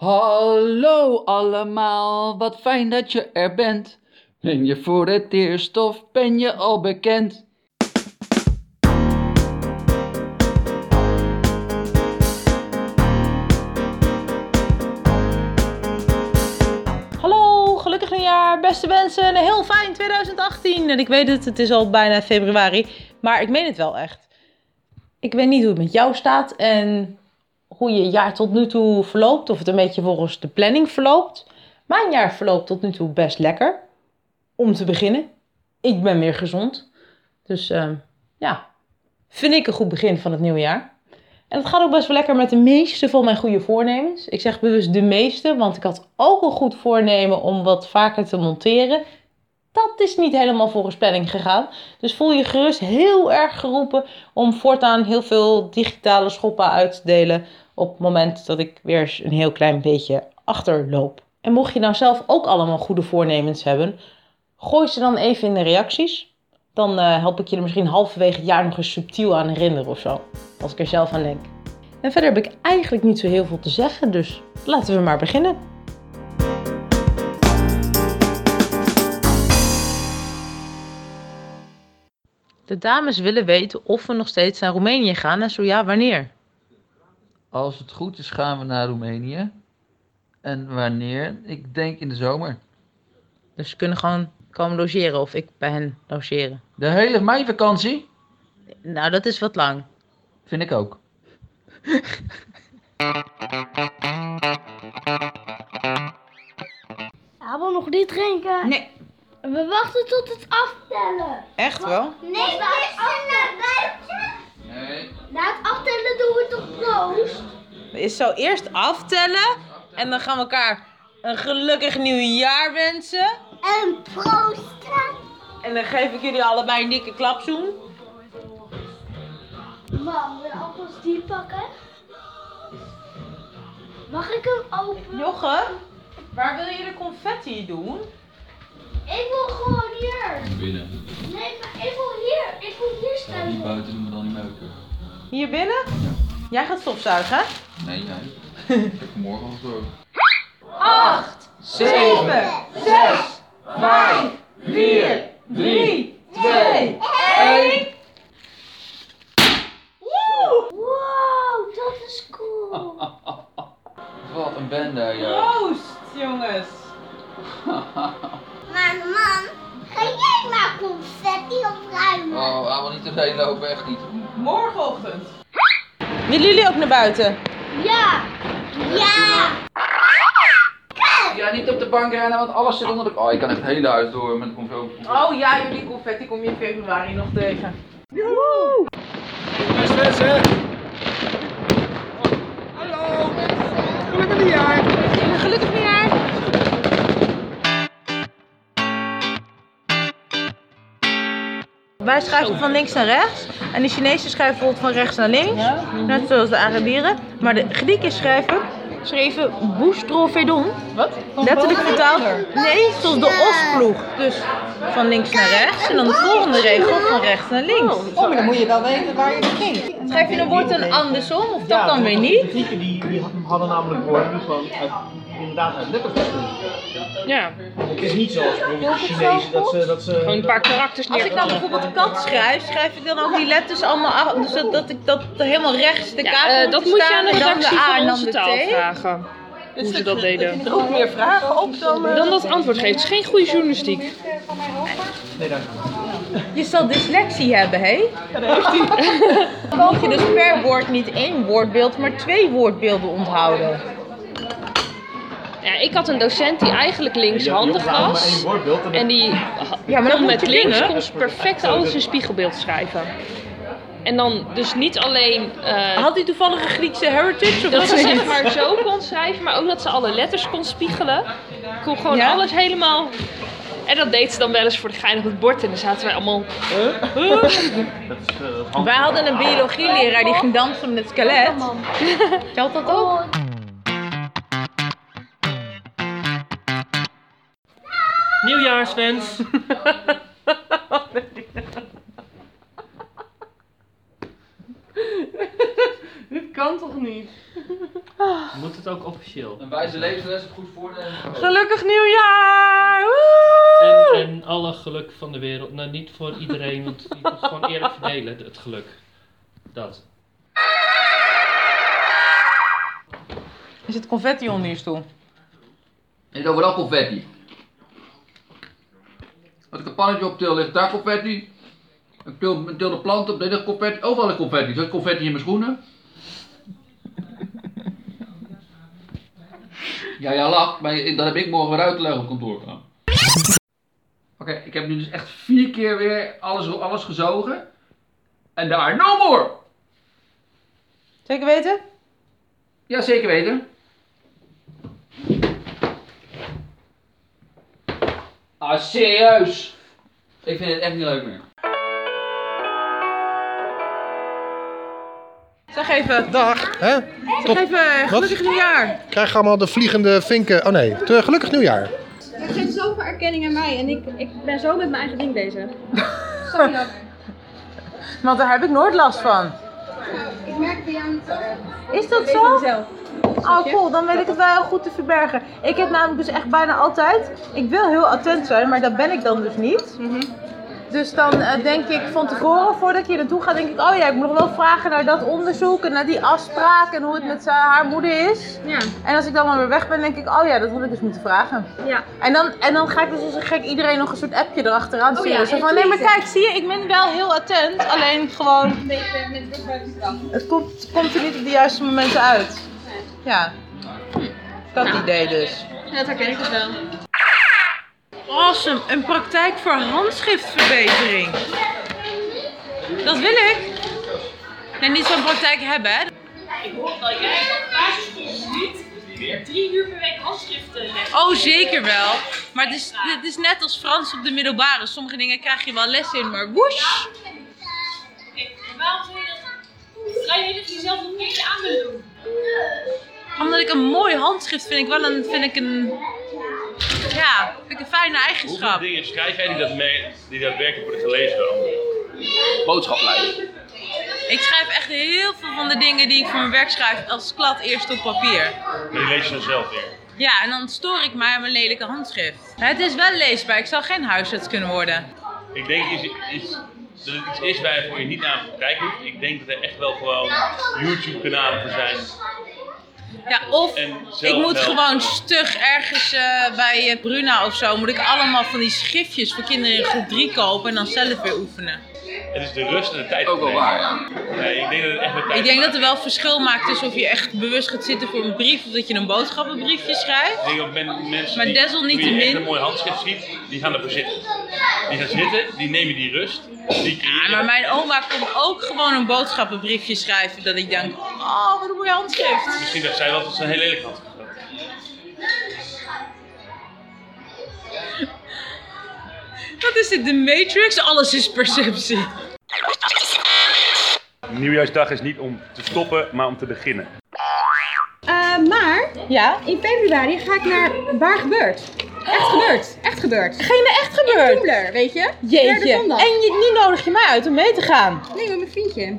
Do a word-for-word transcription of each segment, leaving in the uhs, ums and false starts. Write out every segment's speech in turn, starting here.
Hallo allemaal, wat fijn dat je er bent. Ben je voor het eerst of ben je al bekend? Hallo, gelukkig nieuwjaar, beste mensen. Een heel fijn twintig achttien. En ik weet het, het is al bijna februari, maar ik meen het wel echt. Ik weet niet hoe het met jou staat en hoe je jaar tot nu toe verloopt. Of het een beetje volgens de planning verloopt. Mijn jaar verloopt tot nu toe best lekker. Om te beginnen. Ik ben weer gezond. Dus uh, ja, vind ik een goed begin van het nieuwe jaar. En het gaat ook best wel lekker met de meeste van mijn goede voornemens. Ik zeg bewust de meeste, want ik had ook een goed voornemen om wat vaker te monteren. Dat is niet helemaal volgens planning gegaan. Dus voel je gerust heel erg geroepen om voortaan heel veel digitale schoppen uit te delen op het moment dat ik weer een heel klein beetje achterloop. En mocht je nou zelf ook allemaal goede voornemens hebben, gooi ze dan even in de reacties. Dan uh, help ik je er misschien halverwege het jaar nog eens subtiel aan herinneren of zo. Als ik er zelf aan denk. En verder heb ik eigenlijk niet zo heel veel te zeggen, dus laten we maar beginnen. De dames willen weten of we nog steeds naar Roemenië gaan en zo ja, wanneer? Als het goed is gaan we naar Roemenië. En wanneer? Ik denk in de zomer. Dus ze kunnen gewoon komen logeren of ik bij hen logeren. De hele meivakantie? Nou, dat is wat lang. Vind ik ook. Hij wil nog niet drinken. Nee. We wachten tot het aftellen. Echt wel? Nee, we zijn naar buiten. Nee. Na het aftellen doen we toch proost? Is zo eerst aftellen en dan gaan we elkaar een gelukkig nieuwjaar wensen. En proosten. En dan geef ik jullie allebei een dikke klapzoen. Mam, wil je alvast die pakken? Mag ik hem openen? Jochem, waar wil je de confetti doen? Ik wil gewoon hier. Binnen. Nee, maar ik wil hier. Ik wil hier staan. Niet buiten doen we dan niet neuken. Hier binnen? Ja. Jij gaat stofzuigen, hè? Nee, jij. Ik heb morgen al zorgen. Acht, zeven, zes, vijf, vier, drie, twee, één. Wow, dat is cool. Wat een bende, ja. Proost, jongens. Maar mam, ga jij maar confetti opruimen? Oh, allemaal niet erheen lopen, echt niet. Morgenochtend. Willen jullie ook naar buiten? Ja. Ja. Ja, niet op de bank rennen, want alles zit onder de... Oh, ik kan echt het hele huis door met de confetti. Oh ja, jullie confetti kom je in februari nog tegen. Joehoe! Beste mensen! Hallo! Gelukkig nieuwjaar! Gelukkig nieuwjaar! Wij schuiven van links naar rechts en de Chinezen schuiven bijvoorbeeld van rechts naar links, net zoals de Arabieren. Maar de Grieken schrijven, schreven boustrophedon. Wat? Letterlijk vertaald, nee, zoals de osploeg. Dus van links naar rechts en dan de volgende regel van rechts naar links. Oh, maar dan moet je wel weten waar je begint. Schrijf je een woord dan andersom of dat dan weer De niet? Grieken die, die hadden namelijk woorden die gewoon uit, inderdaad uit letters bestaan. Ja, Het is niet zoals bijvoorbeeld de Chinezen dat ze... Dat ze gewoon een paar karakters Als ik nou neergelegd. bijvoorbeeld kat schrijf, schrijf ik dan ook die letters allemaal af, dus dat, dat ik dat helemaal rechts de K Ja, uh, dat moet je aan de en dan de redactie A en van dan onze de taal T. vragen. Hoe ze dat deden. Er ook meer vragen op dan... uh, Dan dat antwoord geeft. Het is geen goede journalistiek. Nee, dank je. Je zal dyslexie hebben, hé? Ja, dat heeft hij. Dan mag je dus per woord niet één woordbeeld, maar twee woordbeelden onthouden. Ja, ik had een docent die eigenlijk linkshandig maar één was. woordbeeld. En die Ja, maar dat kon moet met je links kunnen. kon ze perfect alles in spiegelbeeld schrijven. En dan dus niet alleen uh, Had hij toevallig een Griekse heritage of dat wat ze niet? zeg maar zo kon schrijven, maar ook dat ze alle letters kon spiegelen. Kon gewoon Ja? alles helemaal. En dat deed ze dan wel eens voor de gein op het bord en dan zaten wij allemaal. Huh? Dat is, uh, hand- Wij hadden een biologieleraar die ging dansen met het skelet. Telt dat ook? Nieuwjaarswens! Dit kan toch niet? Moet het ook officieel? Een wijze levensles, het goed voornemen. Gelukkig nieuwjaar! Woe! En, en alle geluk van de wereld. Nou, niet voor iedereen, want je moet het gewoon eerlijk verdelen, het geluk. Dat. Er zit confetti onder je stoel. Er is overal confetti. Als ik een pannetje optil, ligt daar confetti. Ik til, ik til de plant op, daar ligt confetti. Overal ligt confetti. Er zit confetti in mijn schoenen. Ja, ja, lacht, maar dat heb ik morgen weer uit te leggen op kantoor. Oké, okay, ik heb nu dus echt vier keer weer alles, alles gezogen. En daar no more! Zeker weten? Ja, zeker weten. Ah, serieus? Ik vind het echt niet leuk meer. Zeg even. Dag, hè? Zeg even, gelukkig nieuwjaar. Krijg je allemaal de vliegende vinken. Oh nee, te- gelukkig nieuwjaar. Het geeft zoveel erkenning aan mij en ik, ik ben zo met mijn eigen ding bezig. Sorry dat. Want daar heb ik nooit last van. Ik merk bij jou niet. Uh, Is dat weet zo? van mezelf. Oh cool, dan weet ik het wel heel goed te verbergen. Ik heb namelijk dus echt bijna altijd, ik wil heel attent zijn, maar dat ben ik dan dus niet. Mm-hmm. Dus dan uh, denk ik van tevoren, voordat ik hier naartoe ga, denk ik, oh ja, ik moet nog wel vragen naar dat onderzoek en naar die afspraak en hoe het met uh, haar moeder is. Ja. En als ik dan maar weer weg ben, denk ik, oh ja, dat had ik dus moeten vragen. Ja. En dan, en dan ga ik dus als een gek iedereen nog een soort appje erachteraan sturen. Oh ja, Zo en van, nee maar tweeten. kijk, zie je, ik ben wel heel attent, alleen gewoon, Een beetje met rug buiten de kant. het komt, komt er niet op de juiste momenten uit. Ja, dat Nou. idee dus. Ja, dat herken ik dus wel. Awesome, een praktijk voor handschriftverbetering. Dat wil ik. En niet zo'n praktijk hebben, hè? Ik hoor dat jij op basisschool niet drie uur per week handschriften hebt. Oh, zeker wel. Maar het is, het is net als Frans op de middelbare. Sommige dingen krijg je wel les in, maar woesh. Okay, waarom zou je dat vrijwillig jezelf nog een keertje aan willen doen? Omdat ik een mooi handschrift vind ik wel een, vind ik een, ja, vind ik een fijne Hoeveel eigenschap. dingen schrijf jij die, dat mee, die daadwerkelijk worden gelezen door anderen? Boodschaplijst. Ik schrijf echt heel veel van de dingen die ik voor mijn werk schrijf als klad eerst op papier. Maar die lees je dan zelf weer. Ja, en dan stoor ik mij aan mijn lelijke handschrift. Het is wel leesbaar, ik zou geen huisarts kunnen worden. Ik denk iets, iets, dat het iets is waarvoor je niet naar een praktijk hoeft. Ik denk dat er echt wel gewoon YouTube-kanalen voor zijn. Ja, of En ik zelf moet wel. gewoon stug ergens uh, bij uh, Bruna of zo, moet ik allemaal van die schriftjes voor kinderen in groep drie kopen en dan zelf weer oefenen. Het is de rust en de tijd. Ook wel waar, ja. Nee, ik denk dat het echt met tijd Ik denk te dat er wel verschil maakt tussen of je echt bewust gaat zitten voor een brief of dat je een boodschappenbriefje schrijft. Ik denk dat men, mensen Maar die, desalniettemin- wie echt een mooi handschrift ziet, die gaan ervoor zitten. Die gaan zitten, die nemen die rust, die creëren. Ja, maar mijn oma kon ook gewoon een boodschappenbriefje schrijven dat ik denk, oh wat een mooi handschrift. Misschien dacht zij wel dat ze een heel lelijk handschrift had. Wat is dit, de Matrix? Alles is perceptie. Nieuwjaarsdag is niet om te stoppen, maar om te beginnen. Uh, maar Ja? in februari ga ik naar Waar Gebeurt. Echt gebeurd. Echt gebeurd. Geen me echt gebeurd. Toemler, weet je? Jeetje. Derde zondag. En je, nu nodig je mij uit om mee te gaan. Nee, met mijn vriendje.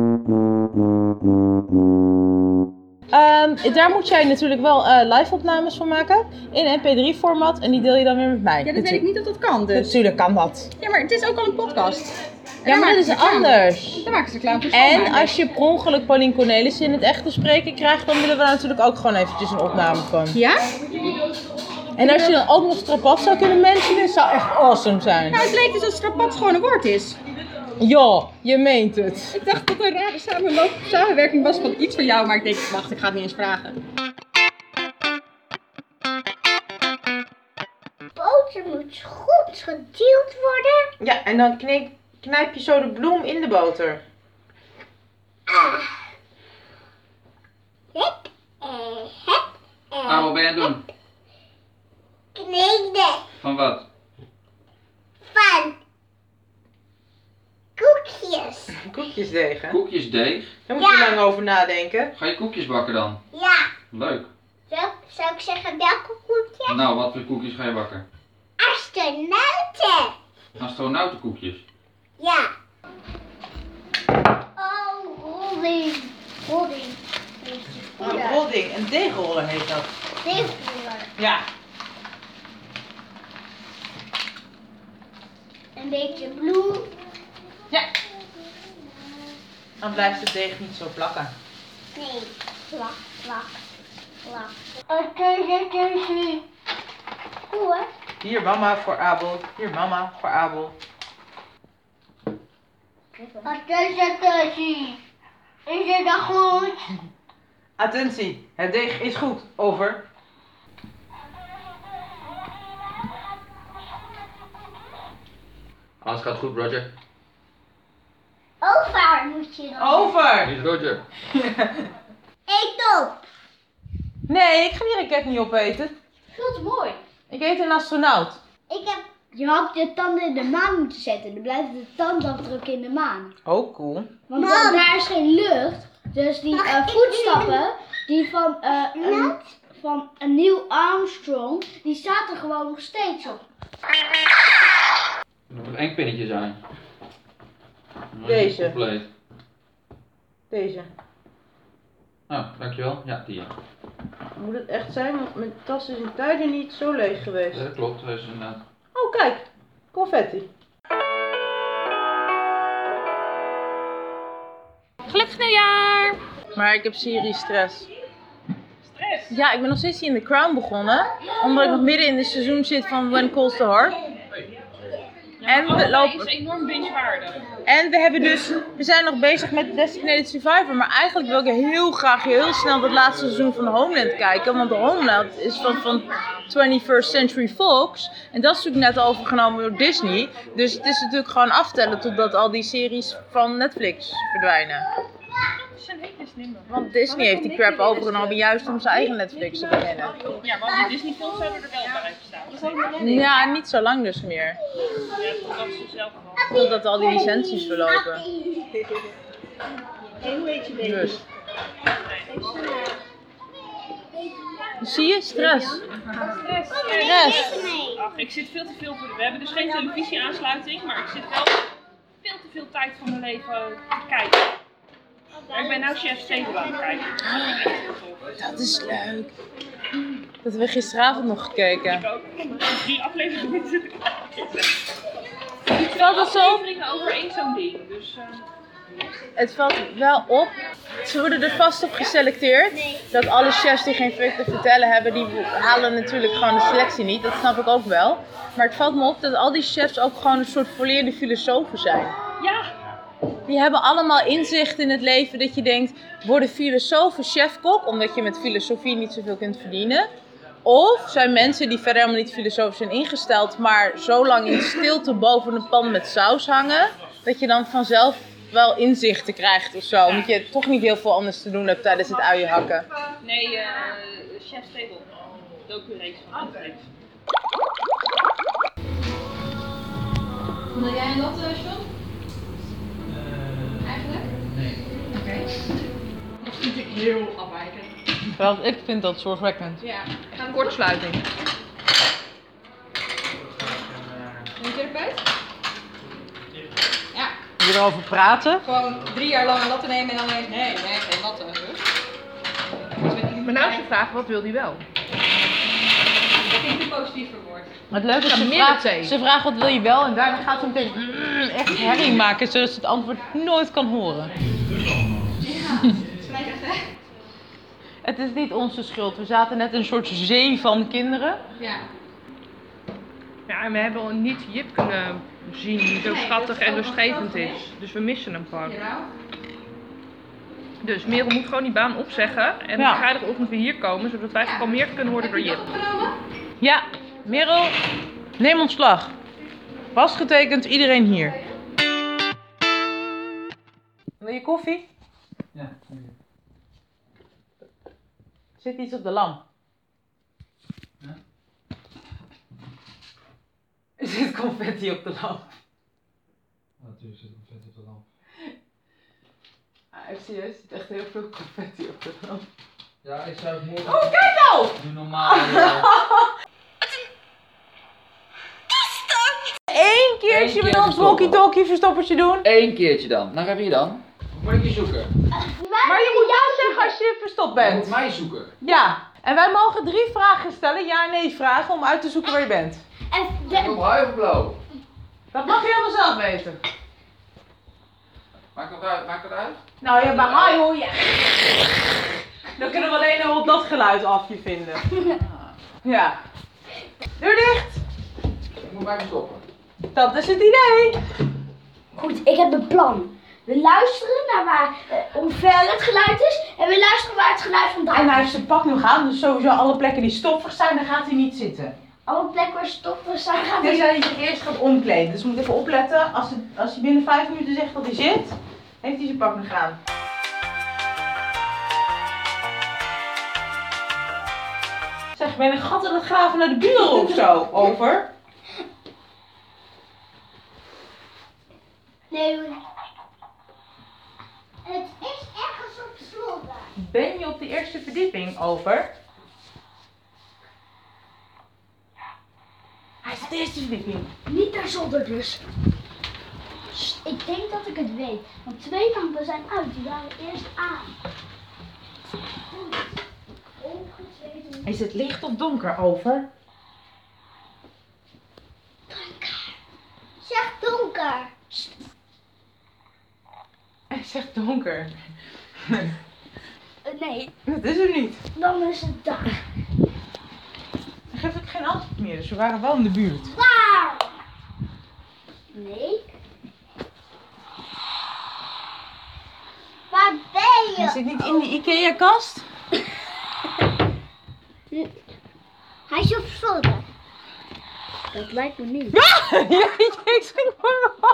Um, daar moet jij natuurlijk wel uh, live opnames van maken. In M P drie format. En die deel je dan weer met mij. Ja, dat weet ik niet of dat kan dus. Natuurlijk kan dat. Ja, maar het is ook al een podcast. Ja, maar dat is anders. Dan maken ze reclame voor En schoonmaken. als je per ongeluk Paulien Cornelissen in het echt te spreken krijgt, dan willen we daar natuurlijk ook gewoon eventjes een opname van. Ja? En als je dan ook nog Strapat zou kunnen mentionen, zou echt awesome zijn. Nou, het leek dus dat strapat gewoon een woord is. Ja, je meent het. Ik dacht dat er een rare samenloop, samenwerking was van iets van jou, maar ik denk, wacht, ik ga het niet eens vragen. Boter moet goed geduwd worden. Ja, en dan knijp, knijp je zo de bloem in de boter. Ah. Hup, eh, hup, eh, Ah, wat ben je aan het doen? kneden Van wat? van koekjes. Koekjesdeeg, hè? Koekjesdeeg. Daar moet je Ja. lang over nadenken. Ga je koekjes bakken dan? Ja. Leuk. Zou, zou ik zeggen welke koekjes? Nou, wat voor koekjes ga je bakken? Astronauten. Astronautenkoekjes. Ja. Oh, Robin. Robin. Een rolding, een deegroller heet dat. Deegroller. Ja. Een beetje bloem. Ja. Dan blijft het deeg niet zo plakken. Nee, plak, plak, plak. Oké, oké, Hoe? Hier mama voor Abel. Hier mama voor Abel. Attentie, is het dan goed? Attentie, het deeg is goed. Over. Alles gaat goed, Roger. Over moet je dan. Over! Hier is Roger. Eet op. Nee, ik ga die raket niet opeten. Veel te mooi. Ik eet een astronaut. Ik heb... Je had je tanden in de maan moeten zetten. Dan blijft de tandafdruk in de maan. Oh, cool. Want dan, daar is geen lucht. Dus die uh, voetstappen, die van, uh, een, van een Neil Armstrong, die staat er gewoon nog steeds op. Er moet nog één pinnetje zijn. Dan is het Deze. compleet. Deze. Nou, dankjewel. Ja, die ja. Moet het echt zijn, want mijn tas is in tijden niet zo leeg geweest. Ja, dat klopt. Dat is inderdaad. Oh, kijk. Confetti. Gelukkig nieuwjaar! Maar ik heb serie stress. Stress? Ja, ik ben nog steeds in The Crown begonnen. Omdat ik nog midden in het seizoen zit van When Calls the Heart. En we lopen... is enorm binge-waardig. En we hebben dus, we zijn nog bezig met Designated Survivor, maar eigenlijk wil ik heel graag heel snel dat laatste seizoen van Homeland kijken, want Homeland is van, van twenty-first Century Fox en dat is natuurlijk net overgenomen door Disney, dus het is natuurlijk gewoon aftellen totdat al die series van Netflix verdwijnen. Want Disney heeft die crap overgenomen juist om zijn eigen Netflix te beginnen. Ja, want die Disney films zouden er wel blijven staan. Ja, niet zo lang dus meer. Ja, totdat ze zelf gewoon... Totdat al die licenties verlopen. Dus. Zie je? Stress. Stress. Stress. Ach, ik zit veel te veel voor de... We hebben dus geen televisieaansluiting, maar ik zit wel veel te veel tijd van mijn leven te kijken. Maar ik ben nou Chef's Table aan het kijken. Dat is leuk. Dat hebben we gisteravond nog gekeken. Ik ook. Drie afleveringen zitten kijken. Het valt wel zo. Afleveringen over één zo'n ding. Dus, uh... Het valt wel op. Ze worden er vast op geselecteerd. Dat alle chefs die geen fuck te vertellen hebben, die halen natuurlijk gewoon de selectie niet. Dat snap ik ook wel. Maar het valt me op dat al die chefs ook gewoon een soort volleerde filosofen zijn. Ja. Die hebben allemaal inzicht in het leven dat je denkt, worden filosofen chef-kok omdat je met filosofie niet zoveel kunt verdienen? Of zijn mensen die verder helemaal niet filosofisch zijn ingesteld, maar zo lang in stilte boven een pan met saus hangen, dat je dan vanzelf wel inzichten krijgt of zo. Omdat je toch niet heel veel anders te doen hebt tijdens het uien hakken. Nee, uh, Chef's Table. Docu-reeks van Netflix. Wil jij een dat, John? Eigenlijk? Nee. Oké. Dat vind ik heel afwijkend. Wel, ik vind dat zorgwekkend. Ja. Gaan we Kortsluiting. een therapeut? Ja. Wil je erover praten? Gewoon drie jaar lang een latte nemen en dan ineens, nee, nee, geen latte. Dus. Maar nou is de vraag, wat wil die wel? Ik vind het positief verwoord. Het leuke is, Ja, ze meer vraagt, thee. ze vraagt wat wil je wel en daarna gaat ze meteen mm, echt herrie maken, zodat ze het antwoord nooit kan horen. Ja, gelijk echt hè? Het is niet onze schuld, we zaten net in een soort zee van kinderen. Ja. Ja, en we hebben niet Jip kunnen zien die zo Nee, schattig dat is en ook wel rustgevend grappig, is. Dus we missen hem gewoon. Jawel. Dus Merel moet gewoon die baan opzeggen en Ja. op vrijdagochtend weer hier komen, zodat wij gekalmeerd kunnen worden door Heb je Jip. dat opgenomen? Ja, Merel, neem ontslag. Vastgetekend, iedereen hier. Wil je koffie? Ja. Zit iets op de lamp? Ja? Er zit confetti op de lamp. Natuurlijk zit een vet op de lamp. Ah, serieus, er zit echt heel veel confetti op de lamp. Ja, ik zou het morgen... Oh, kijk nou! Doe normaal. Uh... Eén keertje Eén met keer ons verstoppen. walkie-talkie verstoppertje doen. Eén keertje dan. Nou, ga je dan? Moet ik je zoeken? Maar je moet wel zeggen als je verstopt Je moet bent. mij zoeken. Ja. En wij mogen drie vragen stellen, ja en nee vragen, om uit te zoeken waar je bent. En Op huiverblauw. Dat mag je helemaal zelf weten. Maakt het uit? Maakt het uit? Nou ja, bij haai hoor je. Dan kunnen we alleen nog op dat geluid afje vinden. Ja. Deur dicht. Ik moet mij verstoppen. Dat is het idee. Goed, ik heb een plan. We luisteren naar waar, eh, hoe ver het geluid is. En we luisteren waar het geluid vandaan En komt. hij heeft zijn pak nu gaan, dus sowieso alle plekken die stoffig zijn, daar gaat hij niet zitten. Alle plekken waar stoppen zijn gaan Het is we... dat hij zich eerst gaat omkleden, dus je moet even opletten. Als hij, als hij binnen vijf minuten zegt dat hij zit, heeft hij zijn pak nog aan. Zeg, ben je een gat aan het graven naar de buren of zo? Over? Nee, we- het is ergens op zolder. Ben je op de eerste verdieping? Over? Hij is op de eerste verdieping. Niet naar zolder dus. Sst, ik denk dat ik het weet. Want twee lampen zijn uit, die waren eerst aan. Goed. Ongetwijfeld. Is het licht of donker? Over? Zeg donker. Hij zegt donker. Uh, nee, Dat is er niet. dan is het dag. Dan geef ik geen antwoord meer, dus we waren wel in de buurt. Waar? Nee. Waar ben Hij zit niet in de IKEA-kast? Hij is op zolder. Dat lijkt me niet. Ja, ik schrik voor me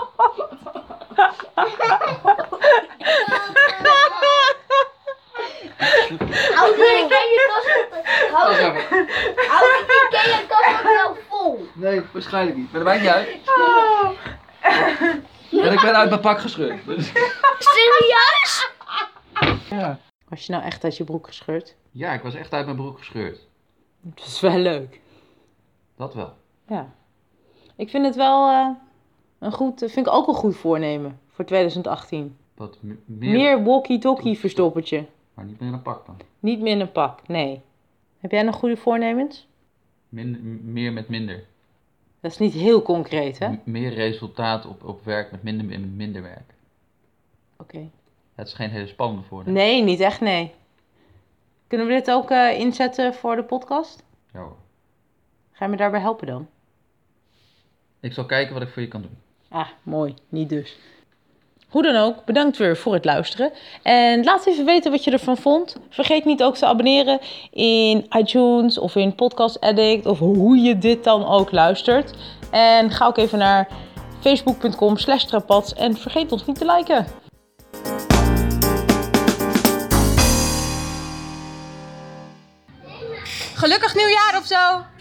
Hou die IKEA-kast op. Hou Wacht die even. hou die IKEA-kast ook wel vol. Nee, waarschijnlijk niet. Maar dat maakt niet uit. Oh. Want ik ben uit mijn pak gescheurd. Dus. Serieus? Ja. Was je nou echt uit je broek gescheurd? Ja, ik was echt uit mijn broek gescheurd. Dat is wel leuk. Dat wel. Ja. Ik vind het wel uh, een goed, vind ik ook een goed voornemen voor twintig achttien. Wat m- meer, Meer walkie-talkie verstoppertje. Maar niet meer in een pak dan. Niet meer in een pak, nee. Heb jij nog goede voornemens? Min, m- meer met minder. Dat is niet heel concreet, hè? M- meer resultaat op, op werk met minder, met minder werk. Oké. Het is geen hele spannende voornemen. Nee, niet echt, nee. Kunnen we dit ook uh, inzetten voor de podcast? Ja hoor. Ga je me daarbij helpen dan? Ik zal kijken wat ik voor je kan doen. Ah, mooi. Niet dus. Hoe dan ook, bedankt weer voor het luisteren. En laat even weten wat je ervan vond. Vergeet niet ook te abonneren in iTunes of in Podcast Addict of hoe je dit dan ook luistert. En ga ook even naar facebook punt com slash trapats en vergeet ons niet te liken. Gelukkig nieuwjaar of zo!